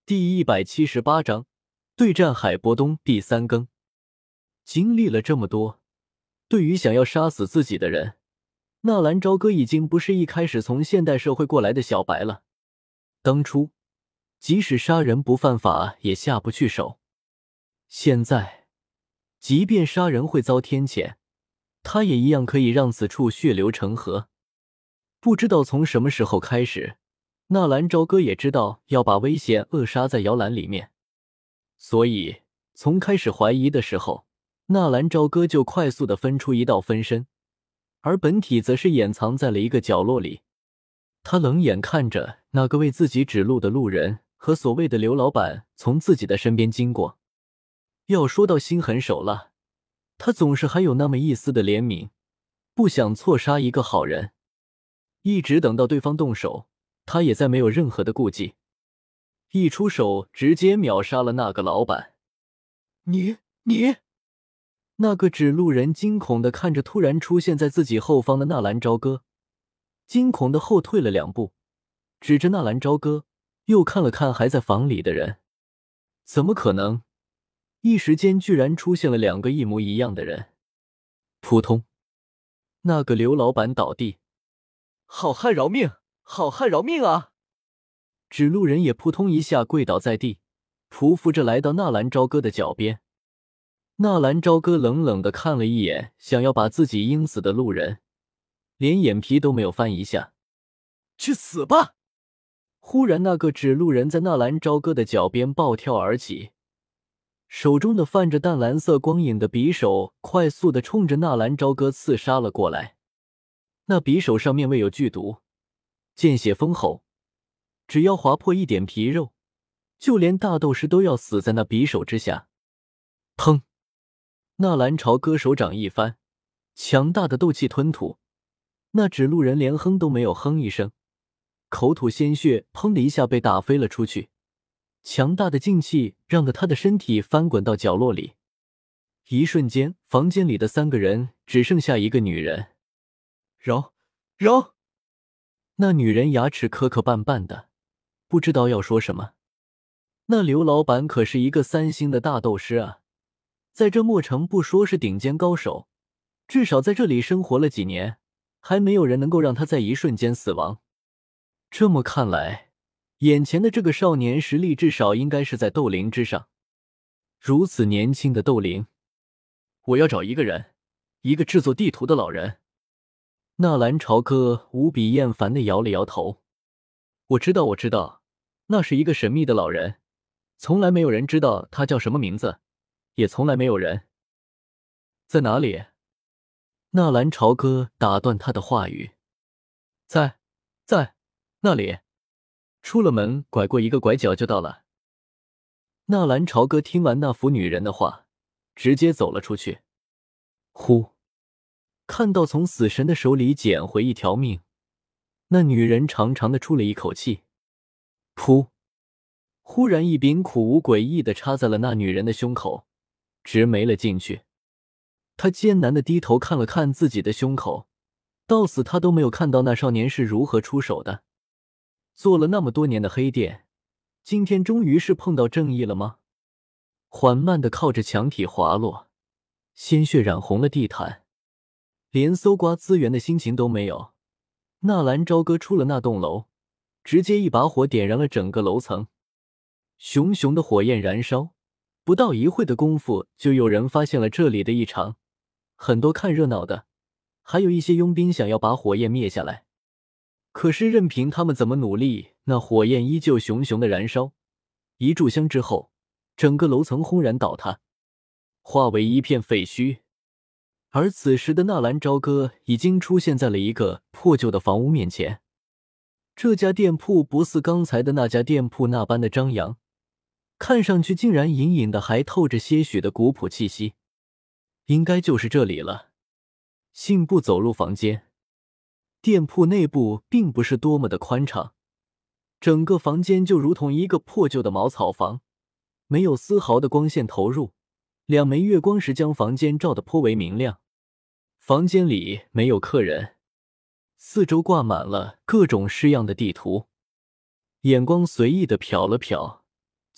第178章对战海波东第3更。经历了这么多，对于想要杀死自己的人，纳兰朝歌已经不是一开始从现代社会过来的小白了。当初即使杀人不犯法也下不去手，现在即便杀人会遭天谴，他也一样可以让此处血流成河。不知道从什么时候开始，纳兰朝歌也知道要把危险扼杀在摇篮里面，所以从开始怀疑的时候，纳兰朝歌就快速地分出一道分身，而本体则是掩藏在了一个角落里。他冷眼看着那个为自己指路的路人和所谓的刘老板从自己的身边经过。要说到心狠手辣，他总是还有那么一丝的怜悯，不想错杀一个好人。一直等到对方动手，他也再没有任何的顾忌，一出手直接秒杀了那个老板。你那个指路人惊恐地看着突然出现在自己后方的纳兰朝歌，惊恐地后退了2步，指着纳兰朝歌又看了看还在房里的人。怎么可能？一时间居然出现了2个一模一样的人。扑通，那个刘老板倒地。好汉饶命，好汉饶命啊！指路人也扑通一下跪倒在地，匍匐着来到纳兰朝歌的脚边。纳兰朝歌冷冷地看了一眼想要把自己阴死的路人，连眼皮都没有翻一下。去死吧！忽然那个指路人在纳兰朝歌的脚边暴跳而起，手中的泛着淡蓝色光影的匕首快速地冲着纳兰朝歌刺杀了过来。那匕首上面未有剧毒，见血封喉，只要划破一点皮肉，就连大斗师都要死在那匕首之下。砰！纳兰朝歌手掌一翻，强大的斗气吞吐，那指路人连哼都没有哼一声，口吐鲜血，砰的一下被打飞了出去。强大的劲气让得他的身体翻滚到角落里。一瞬间，房间里的3个人只剩下一个女人。饶！那女人牙齿磕磕绊绊的，不知道要说什么。那刘老板可是一个3星的大斗师啊，在这墨城不说是顶尖高手，至少在这里生活了几年，还没有人能够让他在一瞬间死亡。这么看来，眼前的这个少年实力至少应该是在斗灵之上。如此年轻的斗灵，我要找一个人，一个制作地图的老人。纳兰朝歌无比厌烦地摇了摇头。我知道，那是一个神秘的老人，从来没有人知道他叫什么名字，也从来没有人。在哪里？纳兰朝歌打断他的话语。在那里，出了门拐过一个拐角就到了。纳兰朝歌听完那妇女人的话，直接走了出去。呼！看到从死神的手里捡回一条命，那女人长长的出了一口气。噗！忽然一柄苦无诡异的插在了那女人的胸口，直没了进去。她艰难的低头看了看自己的胸口，到死她都没有看到那少年是如何出手的。做了那么多年的黑店，今天终于是碰到正义了吗？缓慢地靠着墙体滑落，鲜血染红了地毯，连搜刮资源的心情都没有。纳兰朝歌出了那栋楼，直接一把火点燃了整个楼层。熊熊的火焰燃烧，不到一会的功夫就有人发现了这里的异常，很多看热闹的，还有一些佣兵想要把火焰灭下来。可是任凭他们怎么努力，那火焰依旧熊熊的燃烧。一炷香之后，整个楼层轰然倒塌，化为一片废墟。而此时的纳兰朝歌已经出现在了一个破旧的房屋面前。这家店铺不似刚才的那家店铺那般的张扬，看上去竟然隐隐的还透着些许的古朴气息。应该就是这里了。信步走入房间，店铺内部并不是多么的宽敞，整个房间就如同一个破旧的茅草房，没有丝毫的光线投入，2枚月光石将房间照得颇为明亮。房间里没有客人，四周挂满了各种式样的地图。眼光随意地瞟了瞟，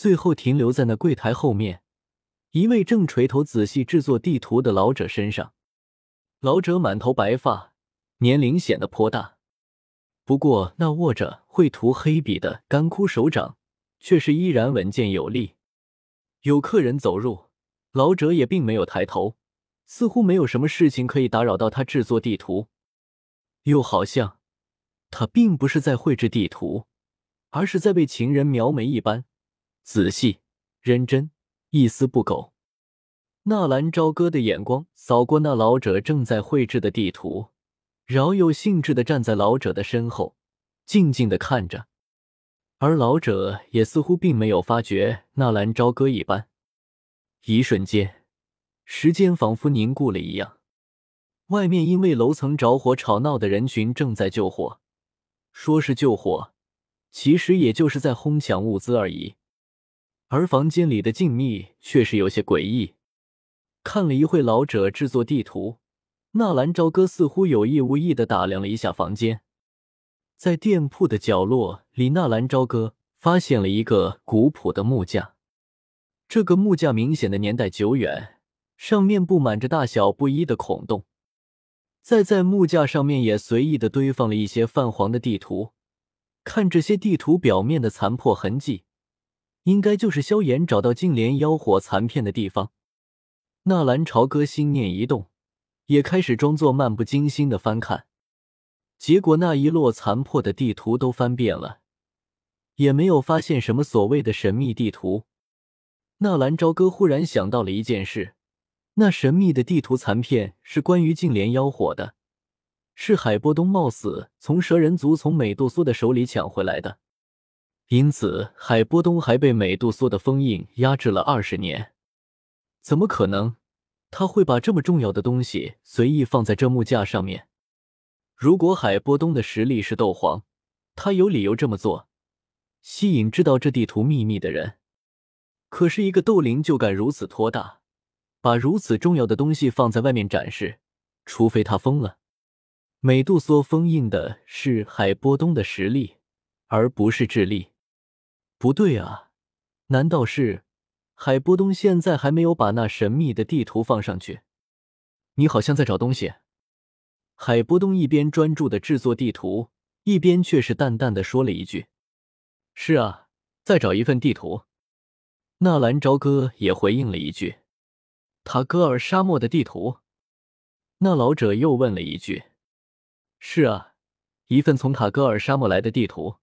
最后停留在那柜台后面一位正垂头仔细制作地图的老者身上。老者满头白发，年龄显得颇大，不过那握着绘图黑笔的干枯手掌却是依然稳健有力。有客人走入，老者也并没有抬头，似乎没有什么事情可以打扰到他制作地图，又好像他并不是在绘制地图，而是在为情人描眉一般，仔细、认真，一丝不苟。纳兰朝歌的眼光扫过那老者正在绘制的地图，饶有兴致地站在老者的身后，静静地看着。而老者也似乎并没有发觉纳兰朝歌一般。一瞬间，时间仿佛凝固了一样。外面因为楼层着火吵闹的人群正在救火，说是救火，其实也就是在哄抢物资而已。而房间里的静谧却是有些诡异。看了一会老者制作地图，纳兰朝歌似乎有意无意地打量了一下房间。在店铺的角落里，纳兰朝歌发现了一个古朴的木架。这个木架明显的年代久远，上面布满着大小不一的孔洞。在木架上面也随意地堆放了一些泛黄的地图，看这些地图表面的残破痕迹，应该就是萧炎找到净莲妖火残片的地方。纳兰朝歌心念一动，也开始装作漫不经心地翻看。结果那一摞残破的地图都翻遍了，也没有发现什么所谓的神秘地图。纳兰朝歌忽然想到了一件事，那神秘的地图残片是关于净莲妖火的，是海波东冒死从蛇人族从美杜莎的手里抢回来的，因此海波东还被美杜莎的封印压制了20年。怎么可能他会把这么重要的东西随意放在这木架上面？如果海波东的实力是斗皇，他有理由这么做，吸引知道这地图秘密的人。可是一个斗灵就敢如此托大，把如此重要的东西放在外面展示，除非他疯了。美杜莎封印的是海波东的实力，而不是智力。不对啊，难道是海波东现在还没有把那神秘的地图放上去？你好像在找东西。海波东一边专注地制作地图，一边却是淡淡地说了一句：是啊，再找一份地图。纳兰朝歌也回应了一句：塔戈尔沙漠的地图。那老者又问了一句：是啊，一份从塔戈尔沙漠来的地图。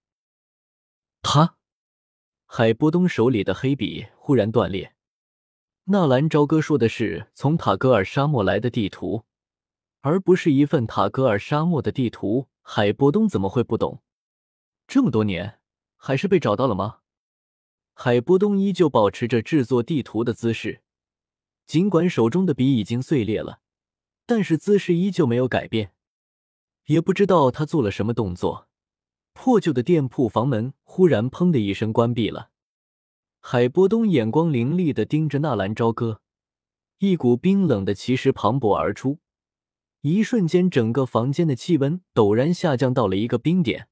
海波东手里的黑笔忽然断裂。纳兰朝歌说的是从塔戈尔沙漠来的地图，而不是一份塔戈尔沙漠的地图。海波东怎么会不懂？这么多年，还是被找到了吗？海波东依旧保持着制作地图的姿势，尽管手中的笔已经碎裂了，但是姿势依旧没有改变。也不知道他做了什么动作，破旧的店铺房门忽然砰的一声关闭了。海波东眼光凌厉地盯着纳兰朝歌，一股冰冷的气势磅礴而出，一瞬间整个房间的气温陡然下降到了一个冰点。